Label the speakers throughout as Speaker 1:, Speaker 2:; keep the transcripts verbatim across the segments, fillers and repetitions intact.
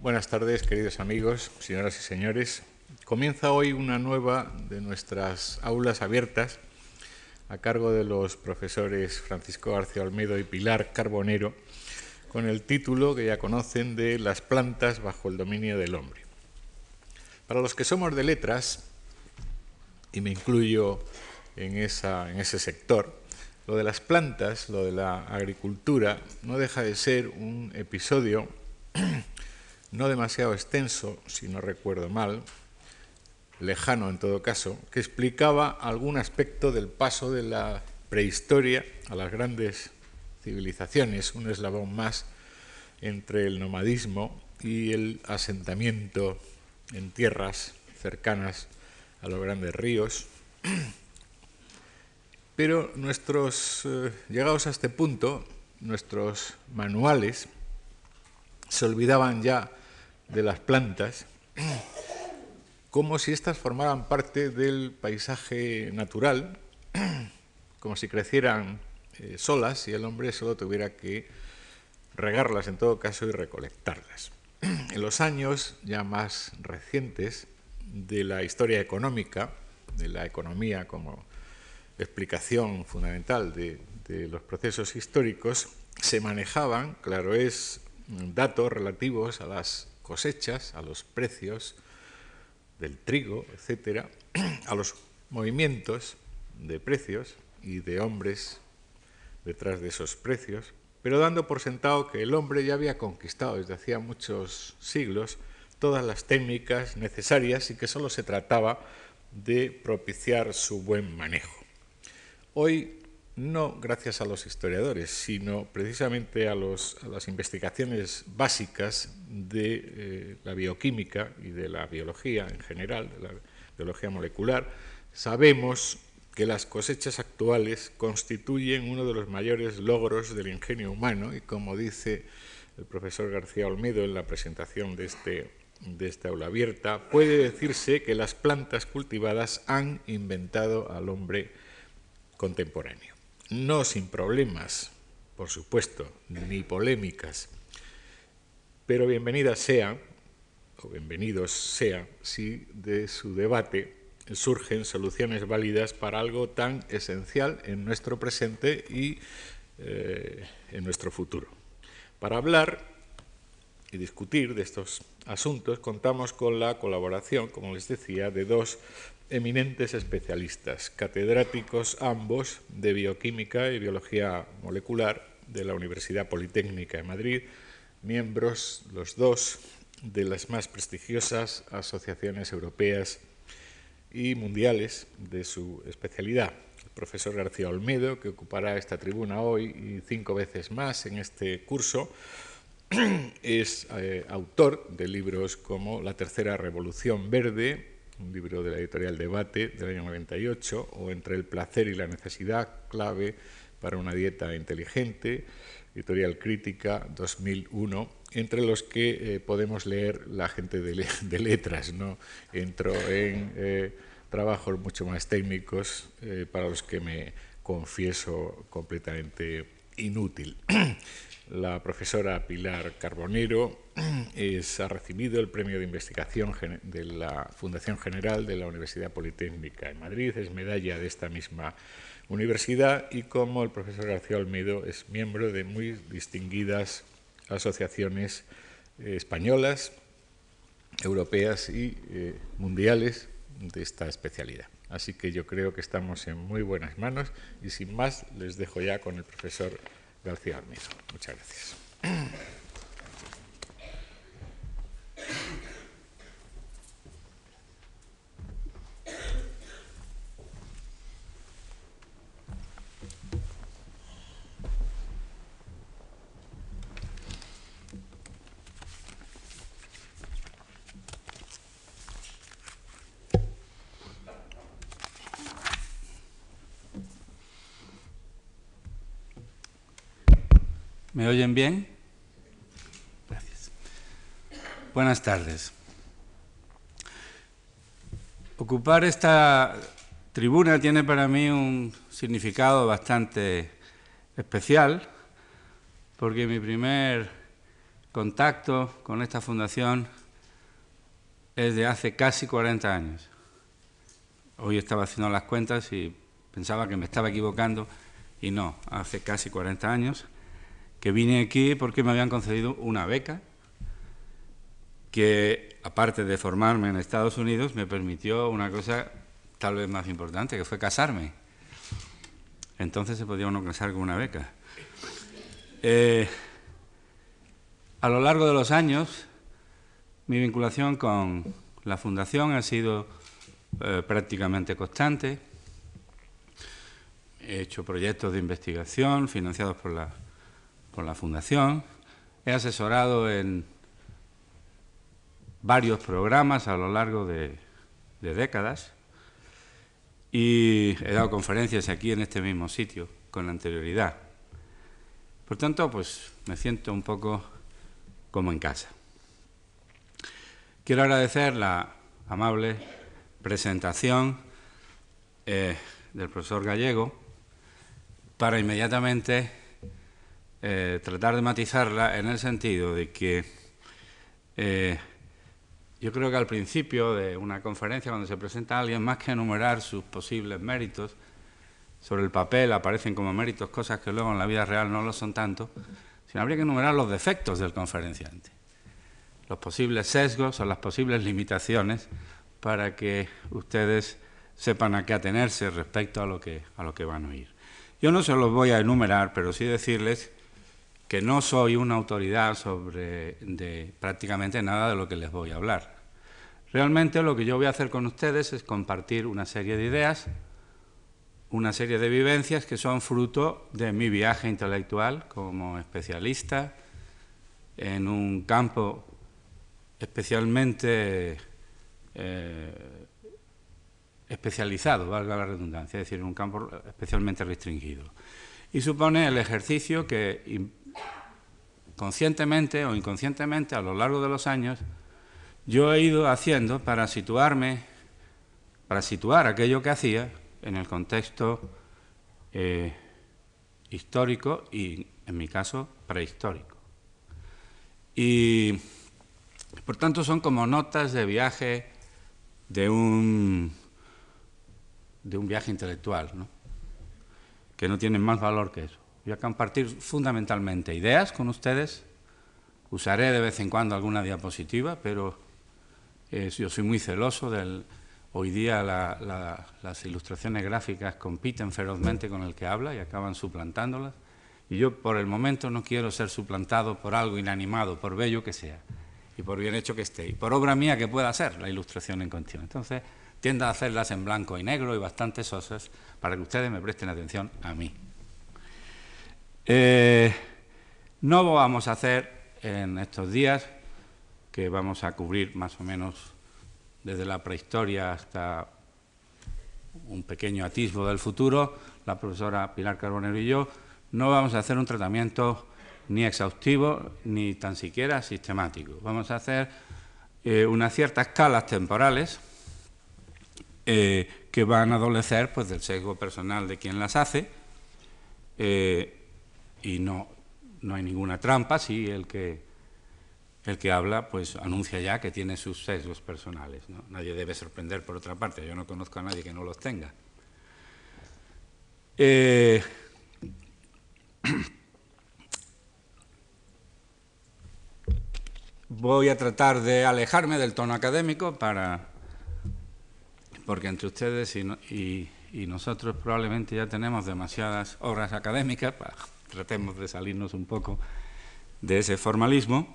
Speaker 1: Buenas tardes, queridos amigos, señoras y señores. Comienza hoy una nueva de nuestras aulas abiertas a cargo de los profesores Francisco García Olmedo y Pilar Carbonero, con el título que ya conocen de Las plantas bajo el dominio del hombre. Para los que somos de letras, y me incluyo en, esa, en ese sector, lo de las plantas, lo de la agricultura, no deja de ser un episodio no demasiado extenso, si no recuerdo mal, lejano en todo caso, que explicaba algún aspecto del paso de la prehistoria a las grandes civilizaciones, un eslabón más entre el nomadismo y el asentamiento en tierras cercanas a los grandes ríos. Pero nuestros, eh, llegados a este punto, nuestros manuales se olvidaban ya de las plantas, como si éstas formaran parte del paisaje natural, como si crecieran eh, solas y el hombre solo tuviera que regarlas en todo caso y recolectarlas. En los años ya más recientes de la historia económica, de la economía como explicación fundamental de, de los procesos históricos, se manejaban, claro es, datos relativos a las cosechas, a los precios del trigo, etcétera, a los movimientos de precios y de hombres detrás de esos precios, pero dando por sentado que el hombre ya había conquistado desde hacía muchos siglos todas las técnicas necesarias y que solo se trataba de propiciar su buen manejo. Hoy, no gracias a los historiadores, sino precisamente a, los, a las investigaciones básicas de eh, la bioquímica y de la biología en general, de la biología molecular, sabemos que las cosechas actuales constituyen uno de los mayores logros del ingenio humano y, como dice el profesor García Olmedo en la presentación de, este, de esta aula abierta, puede decirse que las plantas cultivadas han inventado al hombre contemporáneo. No sin problemas, por supuesto, ni polémicas, pero bienvenidas sean, o bienvenidos sean, si de su debate surgen soluciones válidas para algo tan esencial en nuestro presente y eh, en nuestro futuro. Para hablar y discutir de estos asuntos contamos con la colaboración, como les decía, de dos eminentes especialistas, catedráticos ambos de bioquímica y biología molecular de la Universidad Politécnica de Madrid, miembros los dos de las más prestigiosas asociaciones europeas y mundiales de su especialidad. El profesor García Olmedo, que ocupará esta tribuna hoy y cinco veces más en este curso, es eh, autor de libros como La tercera revolución verde, un libro de la editorial Debate del año noventa y ocho, o Entre el placer y la necesidad, clave para una dieta inteligente, editorial Crítica dos mil uno, entre los que eh, podemos leer la gente de, le de letras, ¿no? Entro en eh, trabajos mucho más técnicos eh, para los que me confieso completamente inútil. La profesora Pilar Carbonero es, ha recibido el premio de investigación de la Fundación General de la Universidad Politécnica de Madrid, es medalla de esta misma universidad y, como el profesor García Olmedo, es miembro de muy distinguidas asociaciones eh, españolas, europeas y eh, mundiales de esta especialidad. Así que yo creo que estamos en muy buenas manos y, sin más, les dejo ya con el profesor García Olmedo. Muchas gracias.
Speaker 2: ¿Me oyen bien? Gracias. Buenas tardes. Ocupar esta tribuna tiene para mí un significado bastante especial, porque mi primer contacto con esta fundación es de hace casi cuarenta años. Hoy estaba haciendo las cuentas y pensaba que me estaba equivocando, y no, hace casi cuarenta años que vine aquí porque me habían concedido una beca que, aparte de formarme en Estados Unidos, me permitió una cosa tal vez más importante, que fue casarme. Entonces se podía uno casar con una beca. Eh, a lo largo de los años, mi vinculación con la Fundación ha sido eh, prácticamente constante. He hecho proyectos de investigación financiados por la, por la Fundación. He asesorado en varios programas a lo largo de, de décadas y he dado conferencias aquí en este mismo sitio con anterioridad. Por tanto, pues me siento un poco como en casa. Quiero agradecer la amable presentación eh, del profesor Gallego para inmediatamente eh, tratar de matizarla en el sentido de que eh, yo creo que al principio de una conferencia, cuando se presenta a alguien, más que enumerar sus posibles méritos, sobre el papel aparecen como méritos cosas que luego en la vida real no lo son tanto, sino habría que enumerar los defectos del conferenciante, los posibles sesgos o las posibles limitaciones para que ustedes sepan a qué atenerse respecto a lo que, a lo que van a oír. Yo no se los voy a enumerar, pero sí decirles que no soy una autoridad sobre de prácticamente nada de lo que les voy a hablar. Realmente lo que yo voy a hacer con ustedes es compartir una serie de ideas, una serie de vivencias que son fruto de mi viaje intelectual como especialista en un campo especialmente eh, especializado, valga la redundancia, es decir, en un campo especialmente restringido. Y supone el ejercicio que conscientemente o inconscientemente a lo largo de los años yo he ido haciendo para situarme, para situar aquello que hacía en el contexto eh, histórico y, en mi caso, prehistórico. Y, por tanto, son como notas de viaje de un, de un viaje intelectual, ¿no?, que no tienen más valor que eso. Voy a compartir fundamentalmente ideas con ustedes. Usaré de vez en cuando alguna diapositiva, pero eh, yo soy muy celoso del... Hoy día la, la, las ilustraciones gráficas compiten ferozmente con el que habla y acaban suplantándolas. Y yo, por el momento, no quiero ser suplantado por algo inanimado, por bello que sea, y por bien hecho que esté, y por obra mía que pueda ser la ilustración en cuestión. Entonces, tiendo a hacerlas en blanco y negro y bastante sosas para que ustedes me presten atención a mí. Eh, no vamos a hacer en estos días, que vamos a cubrir más o menos desde la prehistoria hasta un pequeño atisbo del futuro, la profesora Pilar Carbonero y yo, no vamos a hacer un tratamiento ni exhaustivo ni tan siquiera sistemático. Vamos a hacer eh, unas ciertas escalas temporales eh, que van a adolecer pues, del sesgo personal de quien las hace, eh, y no, no hay ninguna trampa si el que, el que habla pues anuncia ya que tiene sus sesgos personales, ¿no? Nadie debe sorprender, por otra parte, yo no conozco a nadie que no los tenga. Eh, voy a tratar de alejarme del tono académico para, porque entre ustedes y, no, y, y nosotros probablemente ya tenemos demasiadas obras académicas, para, tratemos de salirnos un poco de ese formalismo.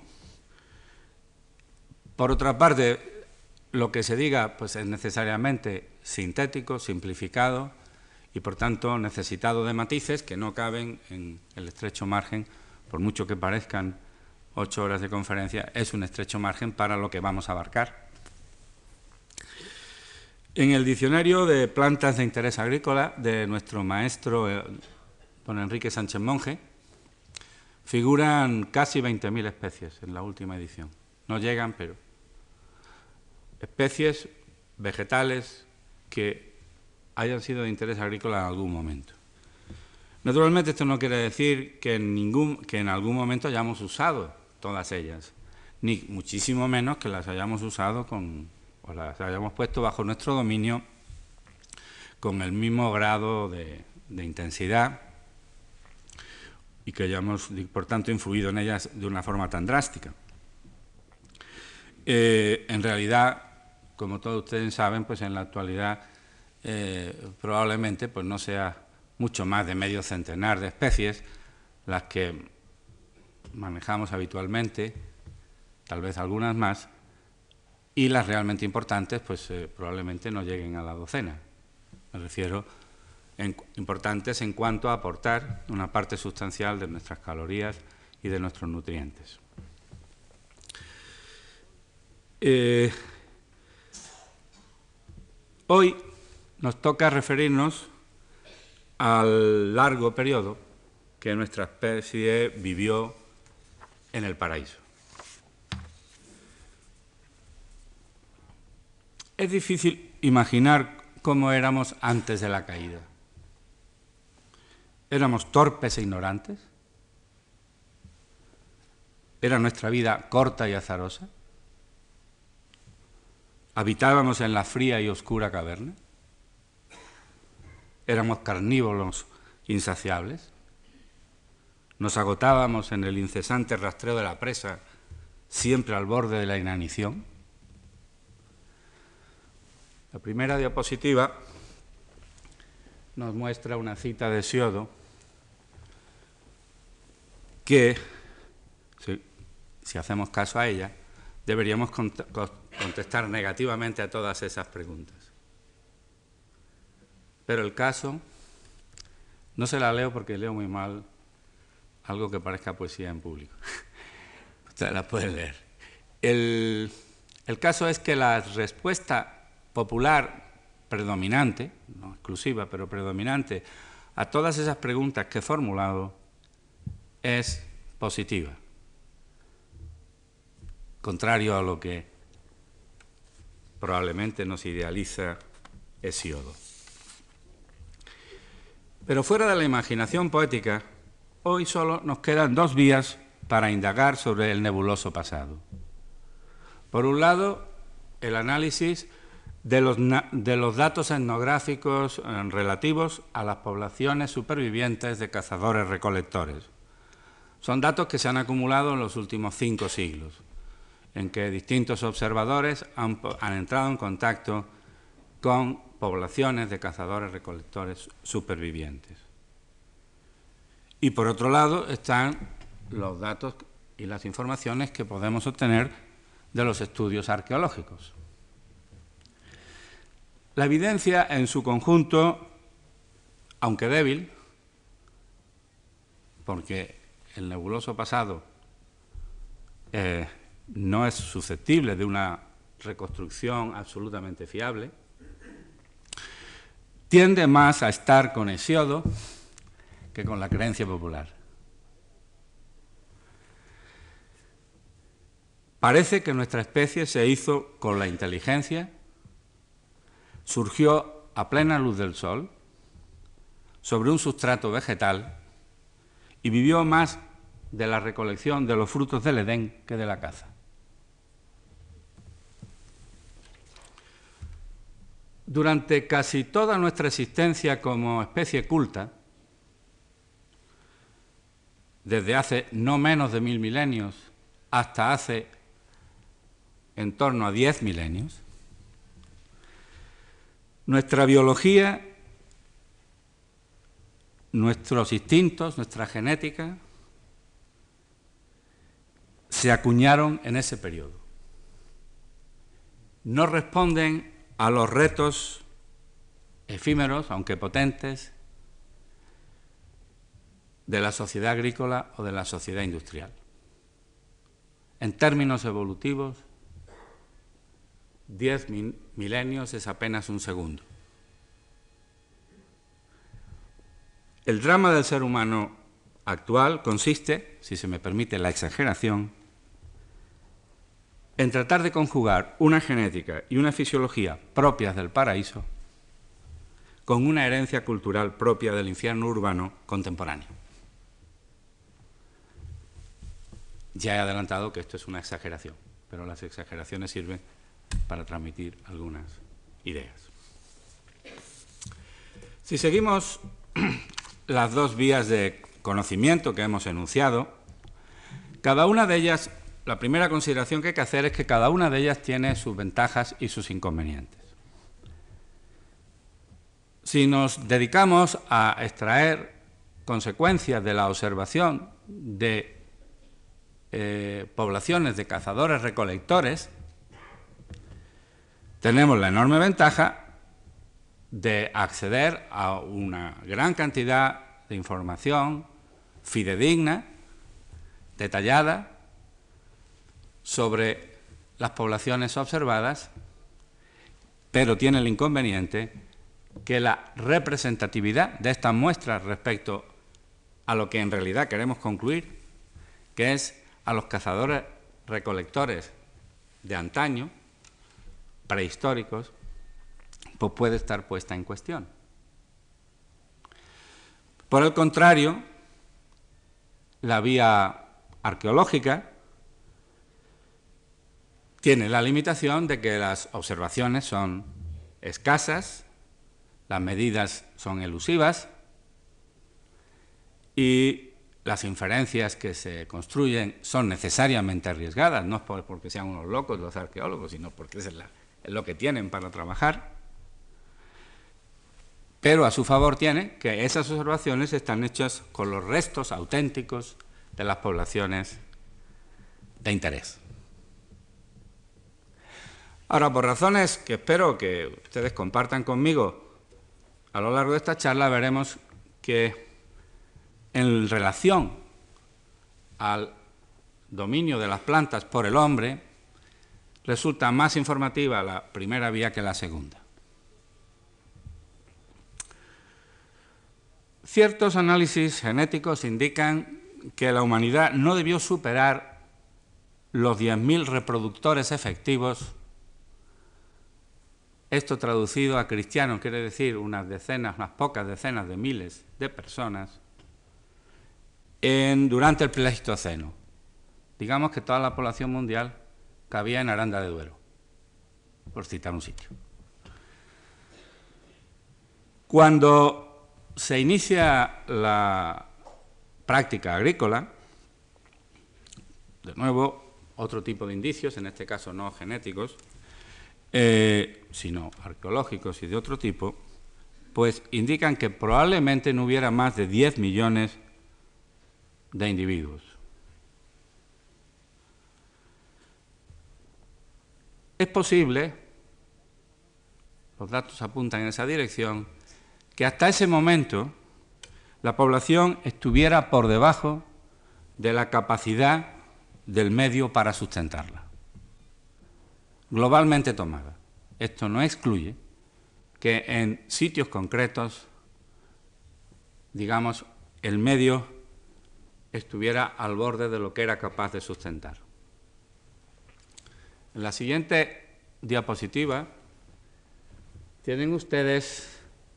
Speaker 2: Por otra parte, lo que se diga pues, es necesariamente sintético, simplificado y, por tanto, necesitado de matices que no caben en el estrecho margen, por mucho que parezcan ocho horas de conferencia, es un estrecho margen para lo que vamos a abarcar. En el diccionario de plantas de interés agrícola de nuestro maestro eh, don Enrique Sánchez Monje, figuran casi veinte mil especies en la última edición. No llegan, pero... especies vegetales que hayan sido de interés agrícola en algún momento. Naturalmente, esto no quiere decir que en, ningún, que en algún momento hayamos usado todas ellas, ni muchísimo menos que las hayamos usado con, o las hayamos puesto bajo nuestro dominio con el mismo grado de, de intensidad y que hayamos, por tanto, influido en ellas de una forma tan drástica. Eh, en realidad, como todos ustedes saben, pues en la actualidad eh, probablemente pues no sea mucho más de medio centenar de especies las que manejamos habitualmente, tal vez algunas más, y las realmente importantes pues eh, probablemente no lleguen a la docena. Me refiero en, importantes en cuanto a aportar una parte sustancial de nuestras calorías y de nuestros nutrientes. Eh, hoy nos toca referirnos al largo periodo que nuestra especie vivió en el paraíso. Es difícil imaginar cómo éramos antes de la caída. ¿Éramos torpes e ignorantes? ¿Era nuestra vida corta y azarosa? ¿Habitábamos en la fría y oscura caverna? ¿Éramos carnívoros insaciables? ¿Nos agotábamos en el incesante rastreo de la presa, siempre al borde de la inanición? La primera diapositiva nos muestra una cita de Hesiodo que, si, si hacemos caso a ella, deberíamos cont contestar negativamente a todas esas preguntas. Pero el caso, no se la leo porque leo muy mal algo que parezca poesía en público. Ustedes la pueden leer. El, el caso es que la respuesta popular predominante, no exclusiva, pero predominante, a todas esas preguntas que he formulado es positiva, contrario a lo que probablemente nos idealiza Hesiodo. Pero fuera de la imaginación poética, hoy solo nos quedan dos vías para indagar sobre el nebuloso pasado. Por un lado, el análisis de los, de los datos etnográficos eh, relativos a las poblaciones supervivientes de cazadores-recolectores. Son datos que se han acumulado en los últimos cinco siglos, en que distintos observadores han, han entrado en contacto con poblaciones de cazadores-recolectores supervivientes. Y por otro lado están los datos y las informaciones que podemos obtener de los estudios arqueológicos. La evidencia en su conjunto, aunque débil, porque el nebuloso pasado eh, no es susceptible de una reconstrucción absolutamente fiable, tiende más a estar con Hesiodo que con la creencia popular. Parece que nuestra especie se hizo con la inteligencia, surgió a plena luz del sol, sobre un sustrato vegetal, y vivió más de la recolección de los frutos del Edén que de la caza. Durante casi toda nuestra existencia como especie culta, desde hace no menos de mil milenios hasta hace en torno a diez milenios, nuestra biología, nuestros instintos, nuestra genética, se acuñaron en ese periodo. No responden a los retos efímeros, aunque potentes, de la sociedad agrícola o de la sociedad industrial. En términos evolutivos, diez milenios es apenas un segundo. El drama del ser humano actual consiste, si se me permite la exageración, en tratar de conjugar una genética y una fisiología propias del paraíso con una herencia cultural propia del infierno urbano contemporáneo. ya he adelantado que esto es una exageración, pero las exageraciones sirven para transmitir algunas ideas. Si seguimos las dos vías de conocimiento que hemos enunciado, cada una de ellas, la primera consideración que hay que hacer es que cada una de ellas tiene sus ventajas y sus inconvenientes. Si nos dedicamos a extraer consecuencias de la observación de eh, poblaciones de cazadores-recolectores, tenemos la enorme ventaja de acceder a una gran cantidad de información fidedigna, detallada, sobre las poblaciones observadas, pero tiene el inconveniente que la representatividad de estas muestras respecto a lo que en realidad queremos concluir, que es a los cazadores-recolectores de antaño, prehistóricos, pues puede estar puesta en cuestión. Por el contrario, la vía arqueológica tiene la limitación de que las observaciones son escasas, las medidas son elusivas y las inferencias que se construyen son necesariamente arriesgadas, no porque sean unos locos los arqueólogos, sino porque es lo que tienen para trabajar. Pero a su favor tiene que esas observaciones están hechas con los restos auténticos de las poblaciones de interés. Ahora, por razones que espero que ustedes compartan conmigo a lo largo de esta charla, veremos que en relación al dominio de las plantas por el hombre, resulta más informativa la primera vía que la segunda. Ciertos análisis genéticos indican que la humanidad no debió superar los diez mil reproductores efectivos. Esto traducido a cristiano quiere decir unas decenas, unas pocas decenas de miles de personas en, durante el Pleistoceno. Digamos que toda la población mundial cabía en Aranda de Duero, por citar un sitio. Cuando se inicia la práctica agrícola, de nuevo, otro tipo de indicios, en este caso no genéticos, eh, sino arqueológicos y de otro tipo, pues indican que probablemente no hubiera más de diez millones de individuos. Es posible, los datos apuntan en esa dirección, que hasta ese momento la población estuviera por debajo de la capacidad del medio para sustentarla, globalmente tomada. Esto no excluye que en sitios concretos, digamos, el medio estuviera al borde de lo que era capaz de sustentar. En la siguiente diapositiva tienen ustedes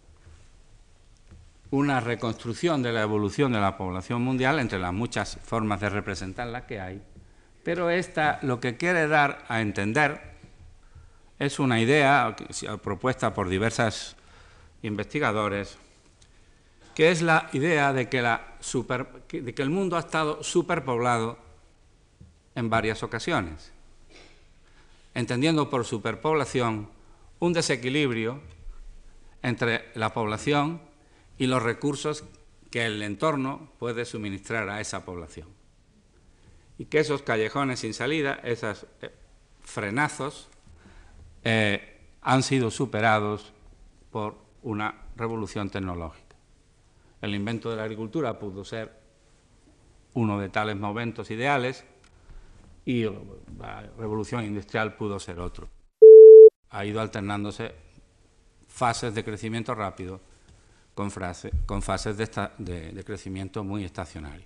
Speaker 2: una reconstrucción de la evolución de la población mundial entre las muchas formas de representarla que hay, pero esta lo que quiere dar a entender es una idea propuesta por diversos investigadores, que es la idea de que, la super, de que el mundo ha estado superpoblado en varias ocasiones, entendiendo por superpoblación un desequilibrio entre la población y los recursos que el entorno puede suministrar a esa población. Y que esos callejones sin salida, esos eh, frenazos, eh, han sido superados por una revolución tecnológica. El invento de la agricultura pudo ser uno de tales momentos ideales y la revolución industrial pudo ser otro. Ha ido alternándose fases de crecimiento rápido con, frase, con fases de, esta, de, de crecimiento muy estacionario.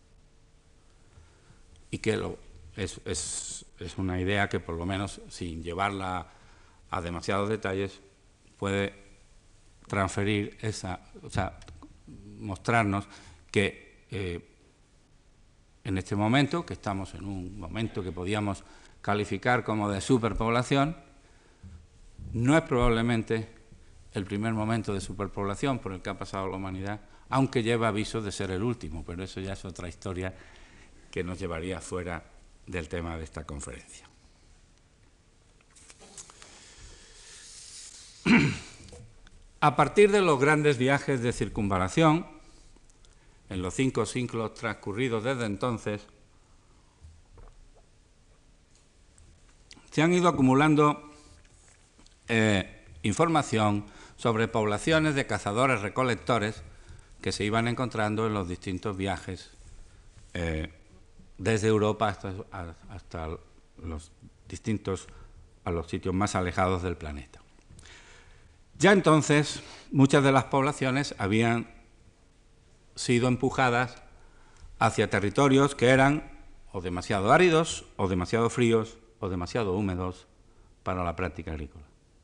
Speaker 2: Y que lo, es, es, es una idea que, por lo menos, sin llevarla a demasiados detalles, puede transferir esa, o sea, mostrarnos que eh, en este momento, que estamos en un momento que podíamos calificar como de superpoblación, no es probablemente el primer momento de superpoblación por el que ha pasado la humanidad, aunque lleva aviso de ser el último, pero eso ya es otra historia que nos llevaría fuera del tema de esta conferencia. A partir de los grandes viajes de circunvalación, en los cinco siglos transcurridos desde entonces, se han ido acumulando eh, información sobre poblaciones de cazadores-recolectores que se iban encontrando en los distintos viajes eh, desde Europa hasta, hasta los distintos a los sitios más alejados del planeta. Ya entonces, muchas de las poblaciones habían sido empujadas hacia territorios que eran o demasiado áridos, o demasiado fríos, o demasiado húmedos para la práctica agrícola.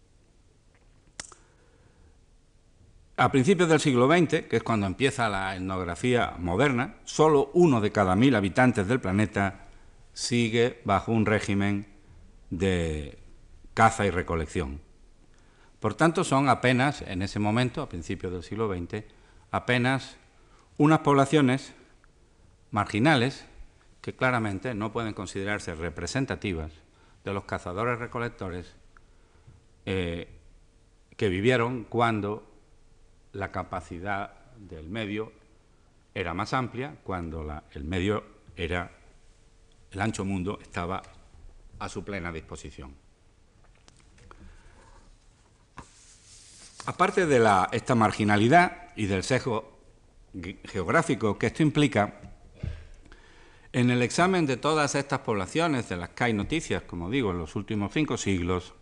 Speaker 2: A principios del siglo veinte, que es cuando empieza la etnografía moderna, solo uno de cada mil habitantes del planeta sigue bajo un régimen de caza y recolección. Por tanto, son apenas, en ese momento, a principios del siglo veinte, apenas unas poblaciones marginales que claramente no pueden considerarse representativas de los cazadores-recolectores eh, que vivieron cuando la capacidad del medio era más amplia, cuando la, el medio era, el ancho mundo estaba a su plena disposición. Aparte de la, esta marginalidad y del sesgo geográfico que esto implica, en el examen de todas estas poblaciones de las que hay noticias, como digo, en los últimos cinco siglos,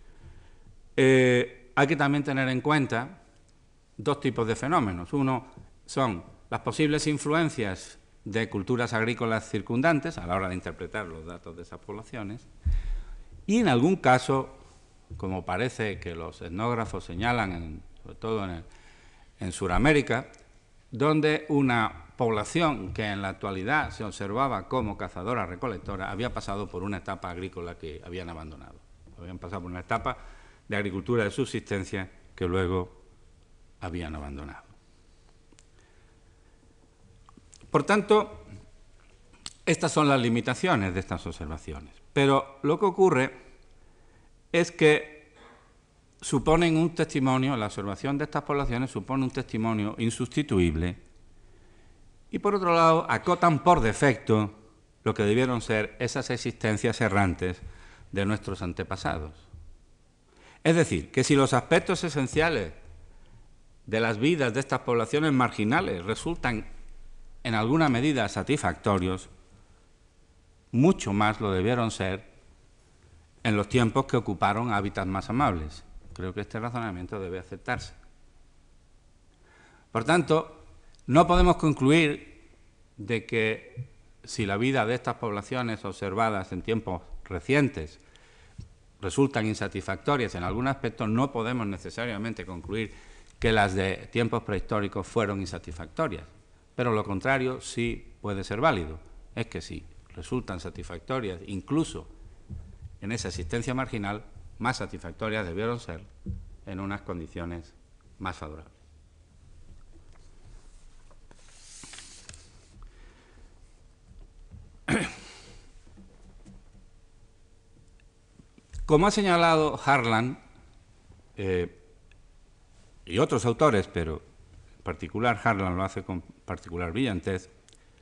Speaker 2: eh, hay que también tener en cuenta dos tipos de fenómenos. Uno son las posibles influencias de culturas agrícolas circundantes a la hora de interpretar los datos de esas poblaciones y, en algún caso, como parece que los etnógrafos señalan, en, sobre todo en, el, en Sudamérica, donde una población que en la actualidad se observaba como cazadora-recolectora había pasado por una etapa agrícola que habían abandonado. Habían pasado por una etapa de agricultura de subsistencia que luego habían abandonado. Por tanto, estas son las limitaciones de estas observaciones. Pero lo que ocurre es que suponen un testimonio, la observación de estas poblaciones supone un testimonio insustituible y, por otro lado, acotan por defecto lo que debieron ser esas existencias errantes de nuestros antepasados. Es decir, que si los aspectos esenciales de las vidas de estas poblaciones marginales resultan en alguna medida satisfactorios, mucho más lo debieron ser en los tiempos que ocuparon hábitats más amables. Creo que este razonamiento debe aceptarse. Por tanto, no podemos concluir de que si la vida de estas poblaciones observadas en tiempos recientes resultan insatisfactorias en algún aspecto, no podemos necesariamente concluir que las de tiempos prehistóricos fueron insatisfactorias. Pero lo contrario sí puede ser válido. Es que si resultan satisfactorias, incluso en esa existencia marginal, más satisfactorias debieron ser en unas condiciones más favorables. Como ha señalado Harlan eh, y otros autores, pero en particular Harlan lo hace con particular brillantez,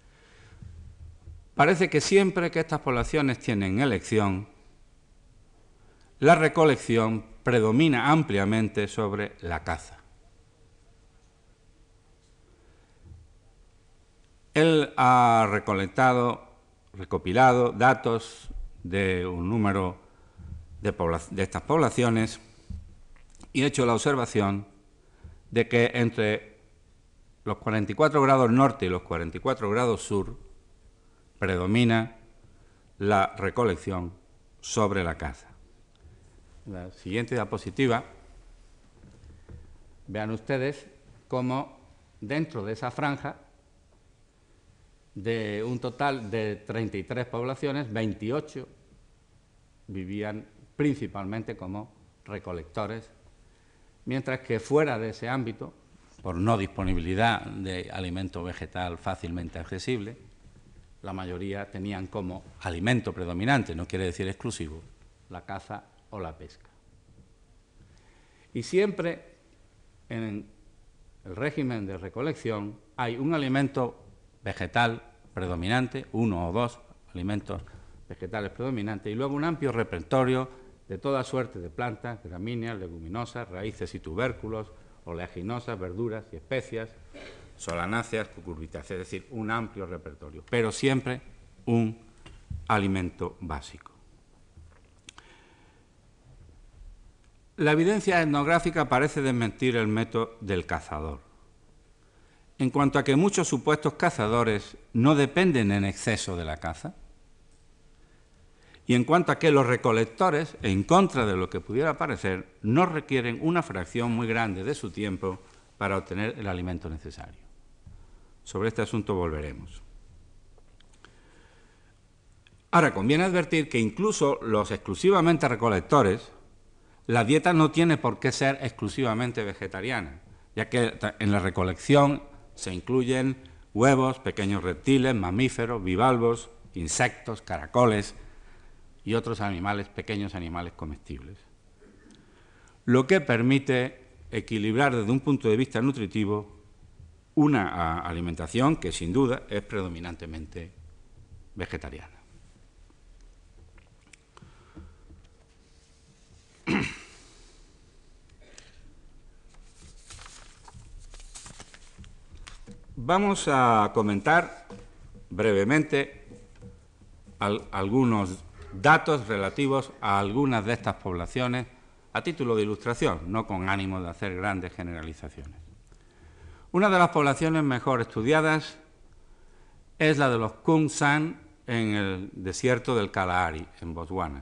Speaker 2: parece que siempre que estas poblaciones tienen elección, la recolección predomina ampliamente sobre la caza. Él ha recolectado, recopilado datos de un número de, de estas poblaciones y ha hecho la observación de que entre los cuarenta y cuatro grados norte y los cuarenta y cuatro grados sur predomina la recolección sobre la caza. La siguiente diapositiva, vean ustedes cómo dentro de esa franja de un total de treinta y tres poblaciones, veintiocho vivían principalmente como recolectores, mientras que fuera de ese ámbito, por no disponibilidad de alimento vegetal fácilmente accesible, la mayoría tenían como alimento predominante, no quiere decir exclusivo, la caza o la pesca. Y siempre en el régimen de recolección hay un alimento vegetal predominante, uno o dos alimentos vegetales predominantes, y luego un amplio repertorio de toda suerte de plantas, gramíneas, leguminosas, raíces y tubérculos, oleaginosas, verduras y especias, solanáceas, cucurbitáceas, es decir, un amplio repertorio, pero siempre un alimento básico. La evidencia etnográfica parece desmentir el método del cazador, en cuanto a que muchos supuestos cazadores no dependen en exceso de la caza, y en cuanto a que los recolectores, en contra de lo que pudiera parecer, no requieren una fracción muy grande de su tiempo para obtener el alimento necesario. Sobre este asunto volveremos. Ahora, conviene advertir que incluso los exclusivamente recolectores, la dieta no tiene por qué ser exclusivamente vegetariana, ya que en la recolección se incluyen huevos, pequeños reptiles, mamíferos, bivalvos, insectos, caracoles y otros animales, pequeños animales comestibles, lo que permite equilibrar desde un punto de vista nutritivo una alimentación que sin duda es predominantemente vegetariana. Vamos a comentar brevemente al, algunos datos relativos a algunas de estas poblaciones a título de ilustración, no con ánimo de hacer grandes generalizaciones. Una de las poblaciones mejor estudiadas es la de los Kung San en el desierto del Kalahari, en Botswana.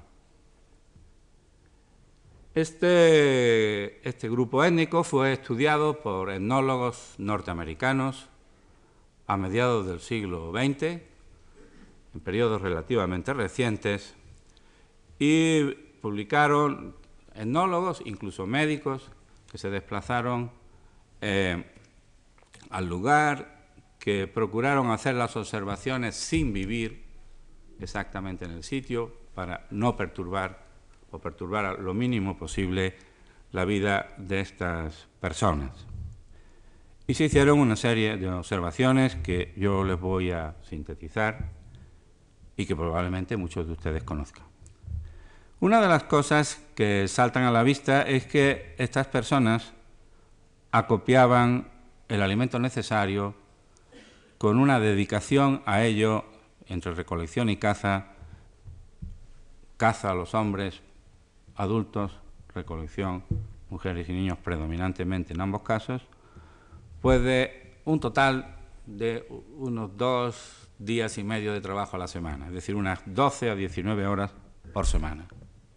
Speaker 2: Este, este grupo étnico fue estudiado por etnólogos norteamericanos a mediados del siglo veinte, en periodos relativamente recientes, y publicaron etnólogos, incluso médicos, que se desplazaron eh, al lugar, que procuraron hacer las observaciones sin vivir exactamente en el sitio para no perturbar o perturbar lo mínimo posible la vida de estas personas. Y se hicieron una serie de observaciones que yo les voy a sintetizar y que probablemente muchos de ustedes conozcan. Una de las cosas que saltan a la vista es que estas personas acopiaban el alimento necesario con una dedicación a ello entre recolección y caza, caza a los hombres adultos, recolección, mujeres y niños predominantemente en ambos casos, pues de un total de unos dos días y medio de trabajo a la semana, es decir, unas doce a diecinueve horas por semana.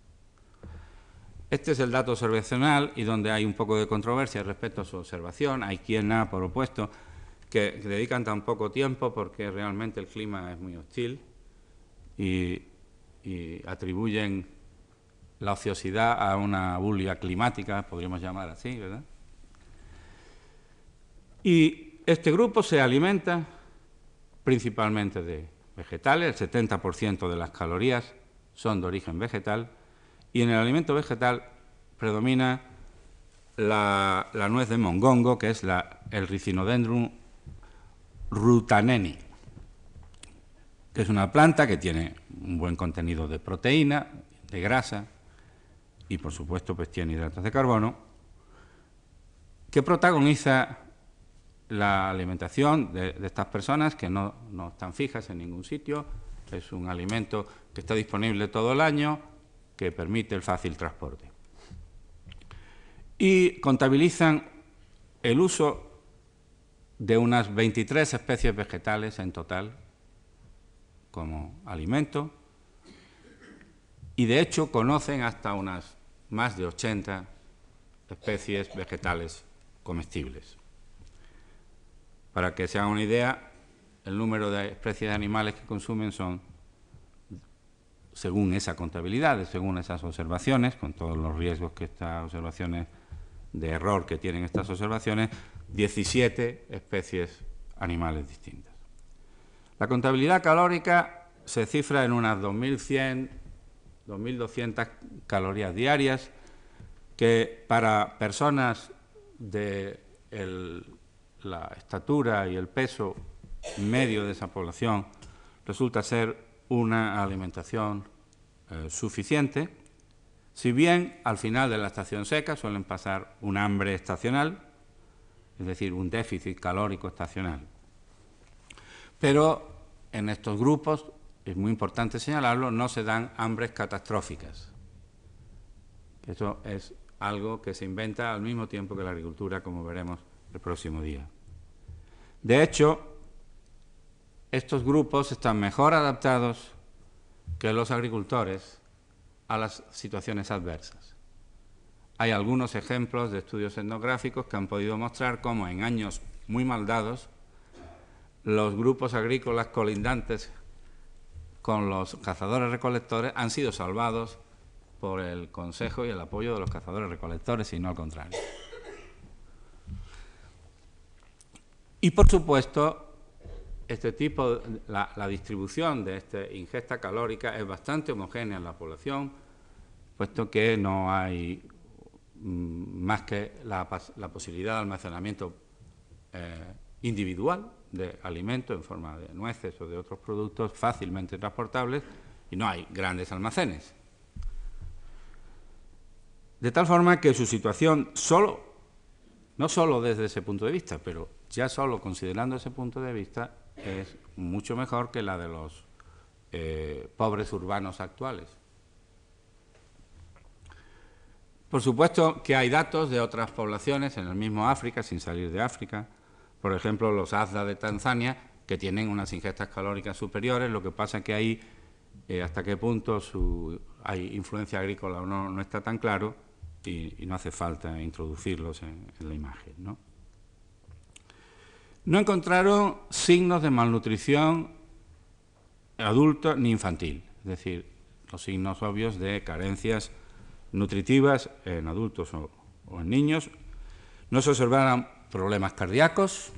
Speaker 2: Este es el dato observacional y donde hay un poco de controversia respecto a su observación. Hay quien ha propuesto que, que dedican tan poco tiempo porque realmente el clima es muy hostil y, y atribuyen la ociosidad a una bulia climática, podríamos llamar así, ¿verdad? Y este grupo se alimenta principalmente de vegetales, el setenta por ciento de las calorías son de origen vegetal, y en el alimento vegetal predomina la, la nuez de mongongo, que es la, el Rhizinodendron rutaneni, que es una planta que tiene un buen contenido de proteína, de grasa, y por supuesto pues tiene hidratos de carbono, que protagoniza la alimentación de, de estas personas que no, no están fijas en ningún sitio. Es un alimento que está disponible todo el año, que permite el fácil transporte. Y contabilizan el uso de unas veintitrés especies vegetales en total como alimento, y de hecho conocen hasta unas más de ochenta especies vegetales comestibles. Para que se hagan una idea, el número de especies de animales que consumen son, según esa contabilidad, según esas observaciones, con todos los riesgos que estas observaciones, de error que tienen estas observaciones, diecisiete especies animales distintas. La contabilidad calórica se cifra en unas dos mil cien, dos mil doscientas calorías diarias, que para personas de el, la estatura y el peso medio de esa población resulta ser una alimentación eh, suficiente, si bien al final de la estación seca suelen pasar un hambre estacional, es decir, un déficit calórico estacional. Pero en estos grupos, es muy importante señalarlo, no se dan hambres catastróficas. Eso es algo que se inventa al mismo tiempo que la agricultura, como veremos el próximo día. De hecho, estos grupos están mejor adaptados que los agricultores a las situaciones adversas. Hay algunos ejemplos de estudios etnográficos que han podido mostrar cómo en años muy mal dados los grupos agrícolas colindantes con los cazadores-recolectores han sido salvados por el consejo y el apoyo de los cazadores-recolectores y no al contrario. Y por supuesto, este tipo, la, la distribución de esta ingesta calórica es bastante homogénea en la población, puesto que no hay mm, más que la, la posibilidad de almacenamiento eh, individual de alimentos en forma de nueces o de otros productos fácilmente transportables, y no hay grandes almacenes. De tal forma que su situación, solo, no solo desde ese punto de vista, pero ya solo considerando ese punto de vista, es mucho mejor que la de los eh, pobres urbanos actuales. Por supuesto que hay datos de otras poblaciones en el mismo África, sin salir de África, por ejemplo los Hadza de Tanzania, que tienen unas ingestas calóricas superiores. Lo que pasa es que ahí, eh, hasta qué punto su, hay influencia agrícola o no, no está tan claro, y, y no hace falta introducirlos en, en la imagen, ¿no? No encontraron signos de malnutrición adulta ni infantil, es decir, los signos obvios de carencias nutritivas en adultos o, o en niños. No se observaron problemas cardíacos,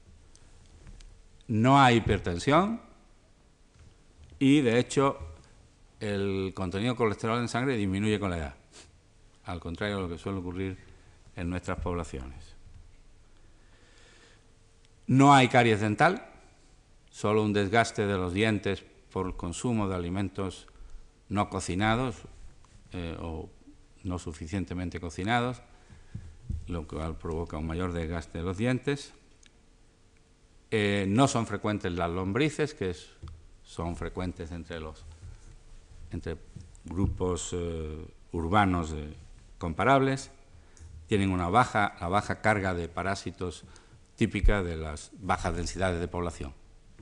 Speaker 2: no hay hipertensión y, de hecho, el contenido de colesterol en sangre disminuye con la edad, al contrario de lo que suele ocurrir en nuestras poblaciones. No hay caries dental, solo un desgaste de los dientes por el consumo de alimentos no cocinados eh, o no suficientemente cocinados, lo cual provoca un mayor desgaste de los dientes. Eh, no son frecuentes las lombrices, que es, son frecuentes entre los entre grupos eh, urbanos eh, comparables. Tienen una baja, la baja carga de parásitos típica de las bajas densidades de población.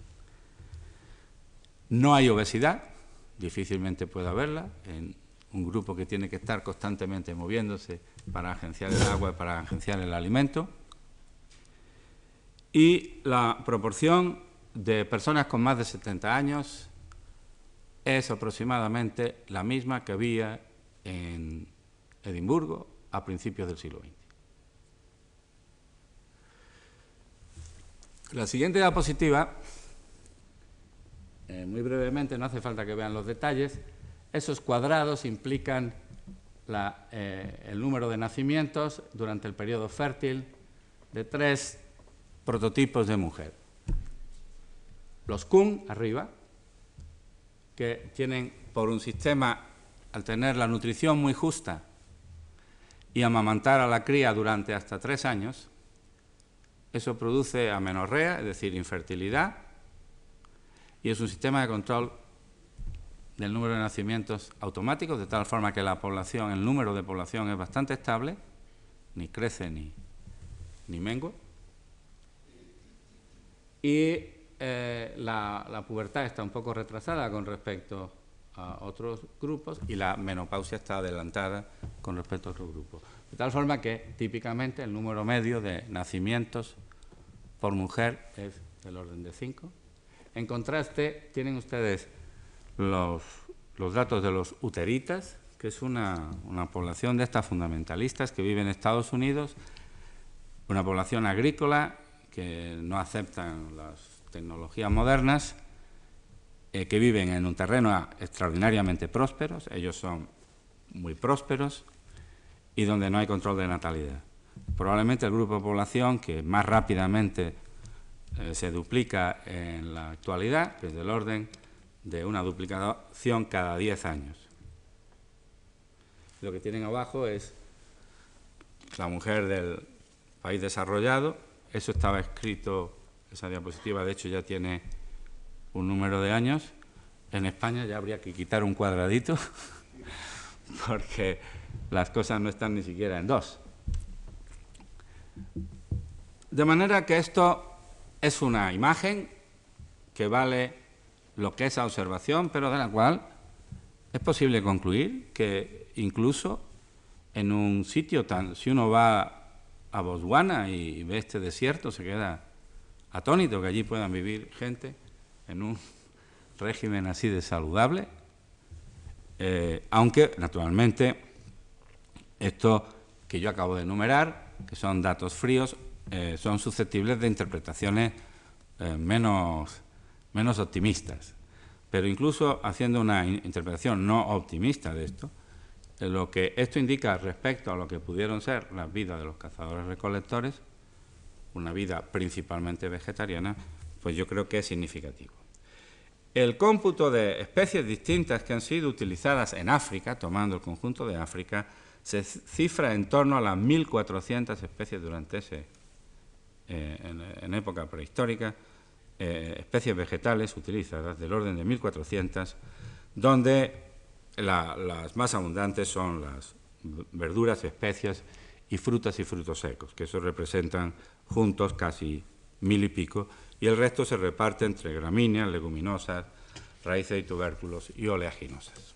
Speaker 2: No hay obesidad, difícilmente puede haberla en un grupo que tiene que estar constantemente moviéndose para agenciar el agua y para agenciar el alimento. Y la proporción de personas con más de setenta años es aproximadamente la misma que había en Edimburgo a principios del siglo veinte. La siguiente diapositiva, eh, muy brevemente, no hace falta que vean los detalles. Esos cuadrados implican la, eh, el número de nacimientos durante el periodo fértil de tres prototipos de mujer. Los Kun, arriba, que tienen por un sistema, al tener la nutrición muy justa y amamantar a la cría durante hasta tres años, eso produce amenorrea, es decir, infertilidad, y es un sistema de control del número de nacimientos automáticos, de tal forma que la población, el número de población es bastante estable, ni crece ni, ni mengua, y eh, la, la pubertad está un poco retrasada con respecto a otros grupos y la menopausia está adelantada con respecto a otros grupos. De tal forma que típicamente el número medio de nacimientos por mujer es del orden de cinco, En contraste, tienen ustedes los, los datos de los uteritas, que es una, una población de estas fundamentalistas que vive en Estados Unidos, una población agrícola que no aceptan las tecnologías modernas, eh, que viven en un terreno extraordinariamente próspero, ellos son muy prósperos, y donde no hay control de natalidad. Probablemente el grupo de población que más rápidamente eh, se duplica en la actualidad, que es del orden de una duplicación cada diez años. Lo que tienen abajo es la mujer del país desarrollado. Eso estaba escrito, esa diapositiva de hecho ya tiene un número de años. En España ya habría que quitar un cuadradito porque las cosas no están ni siquiera en dos. De manera que esto es una imagen que vale lo que es la observación, pero de la cual es posible concluir que incluso en un sitio tan... Si uno va a Botswana y ve este desierto, se queda atónito que allí puedan vivir gente en un régimen así de saludable, eh, aunque, naturalmente, esto que yo acabo de enumerar, que son datos fríos, eh, son susceptibles de interpretaciones eh, menos, menos optimistas. Pero incluso haciendo una interpretación no optimista de esto, eh, lo que esto indica respecto a lo que pudieron ser las vidas de los cazadores-recolectores, una vida principalmente vegetariana, pues yo creo que es significativo. El cómputo de especies distintas que han sido utilizadas en África, tomando el conjunto de África, se cifra en torno a las mil cuatrocientas especies durante ese, eh, en, en época prehistórica, eh, especies vegetales utilizadas del orden de mil cuatrocientas, donde la, las más abundantes son las verduras, especias y frutas y frutos secos, que eso representan juntos casi mil y pico, y el resto se reparte entre gramíneas, leguminosas, raíces y tubérculos y oleaginosas.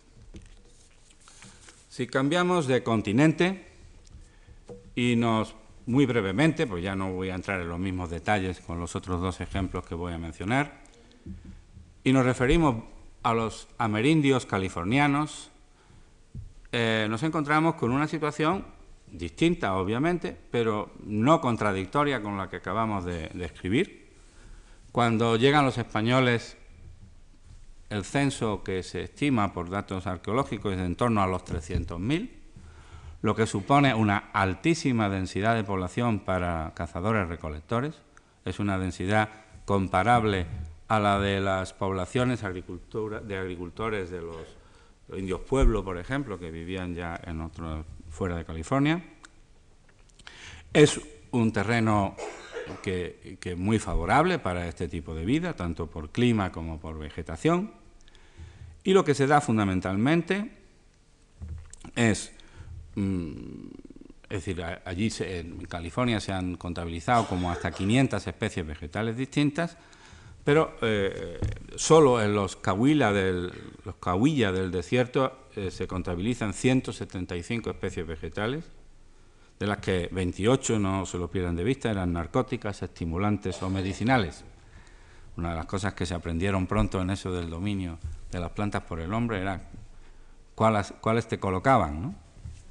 Speaker 2: Si cambiamos de continente y nos, muy brevemente, pues ya no voy a entrar en los mismos detalles con los otros dos ejemplos que voy a mencionar, y nos referimos a los amerindios californianos, eh, nos encontramos con una situación distinta, obviamente, pero no contradictoria con la que acabamos de describir. Cuando llegan los españoles, el censo que se estima por datos arqueológicos es de en torno a los trescientos mil, lo que supone una altísima densidad de población para cazadores-recolectores. Es una densidad comparable a la de las poblaciones de agricultores de los, los indios pueblo, por ejemplo, que vivían ya en otro, fuera de California. Es un terreno que, que muy favorable para este tipo de vida, tanto por clima como por vegetación. Y lo que se da fundamentalmente es, mmm, es decir, allí se, en California se han contabilizado como hasta quinientas especies vegetales distintas, pero eh, solo en los cahuilla del, los cahuilla del desierto eh, se contabilizan ciento setenta y cinco especies vegetales, de las que veintiocho, no se lo pierdan de vista, eran narcóticas, estimulantes o medicinales. Una de las cosas que se aprendieron pronto en eso del dominio de las plantas por el hombre era cuáles, cuáles te colocaban, ¿no?